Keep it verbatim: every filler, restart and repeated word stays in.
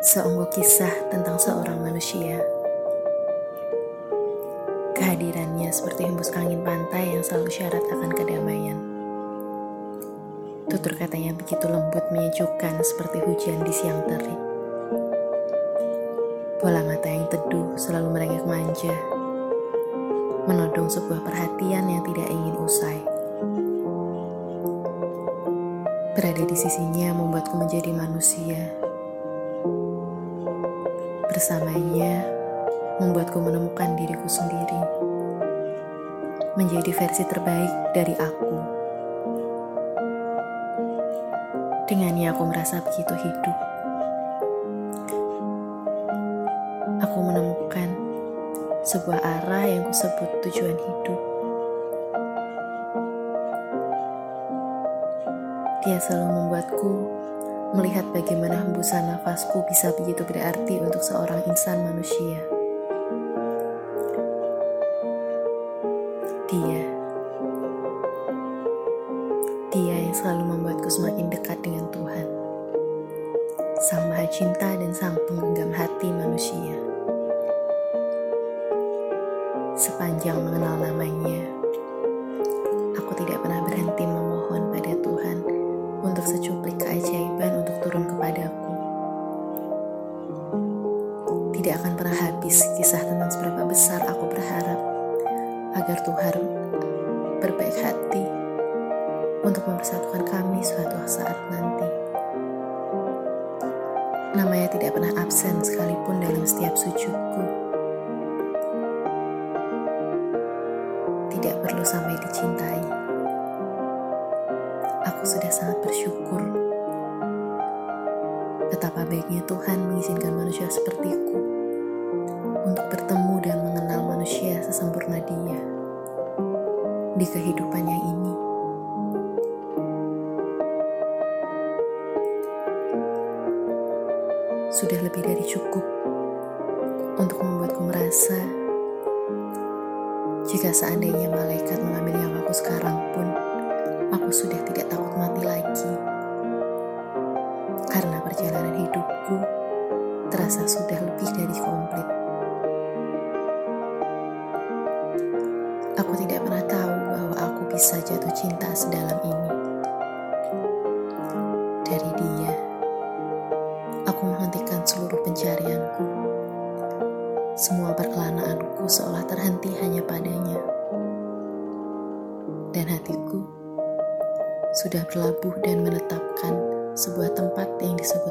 Seonggok kisah tentang seorang manusia. Kehadirannya seperti hembus angin pantai yang selalu syarat akan kedamaian. Tutur katanya begitu lembut menyejukkan seperti hujan di siang terik. Bola mata yang teduh selalu merengek manja, menodong sebuah perhatian yang tidak ingin usai. Berada di sisinya membuatku menjadi manusia. Bersamanya membuatku menemukan diriku sendiri, menjadi versi terbaik dari aku. Dengannya aku merasa begitu hidup. Aku menemukan sebuah arah yang kusebut tujuan hidup. Dia selalu membuatku melihat bagaimana hembusan nafasku bisa begitu berarti untuk seorang insan manusia. Dia, dia yang selalu membuatku semakin dekat dengan Tuhan, Sang Maha Cinta dan Sang Penggenggam hati manusia. Sepanjang mengenal namanya, aku tidak pernah berhenti memohon pada Tuhan untuk secuplik keajaiban untuk turun kepadaku. Tidak akan pernah habis kisah tentang seberapa besar aku berharap agar Tuhan berbaik hati untuk mempersatukan kami suatu saat nanti. Namanya tidak pernah absen sekalipun dalam setiap sujudku. Tidak perlu sampai dicintai. Aku sudah sangat bersyukur betapa baiknya Tuhan mengizinkan manusia sepertiku untuk bertemu dan mengenal manusia sesempurna Dia di kehidupan yang ini. Sudah lebih dari cukup untuk membuatku merasa jika seandainya malaikat mengambil nyawaku sekarang pun, aku sudah tidak takut mati lagi, karena perjalanan hidupku terasa sudah lebih dari komplit. Aku tidak pernah tahu bahwa aku bisa jatuh cinta sedalam ini. Dari dia, aku menghentikan seluruh pencarianku. Semua perkelanaanku seolah terhenti hanya padanya. Dan hatiku sudah berlabuh dan menetapkan sebuah tempat yang disebut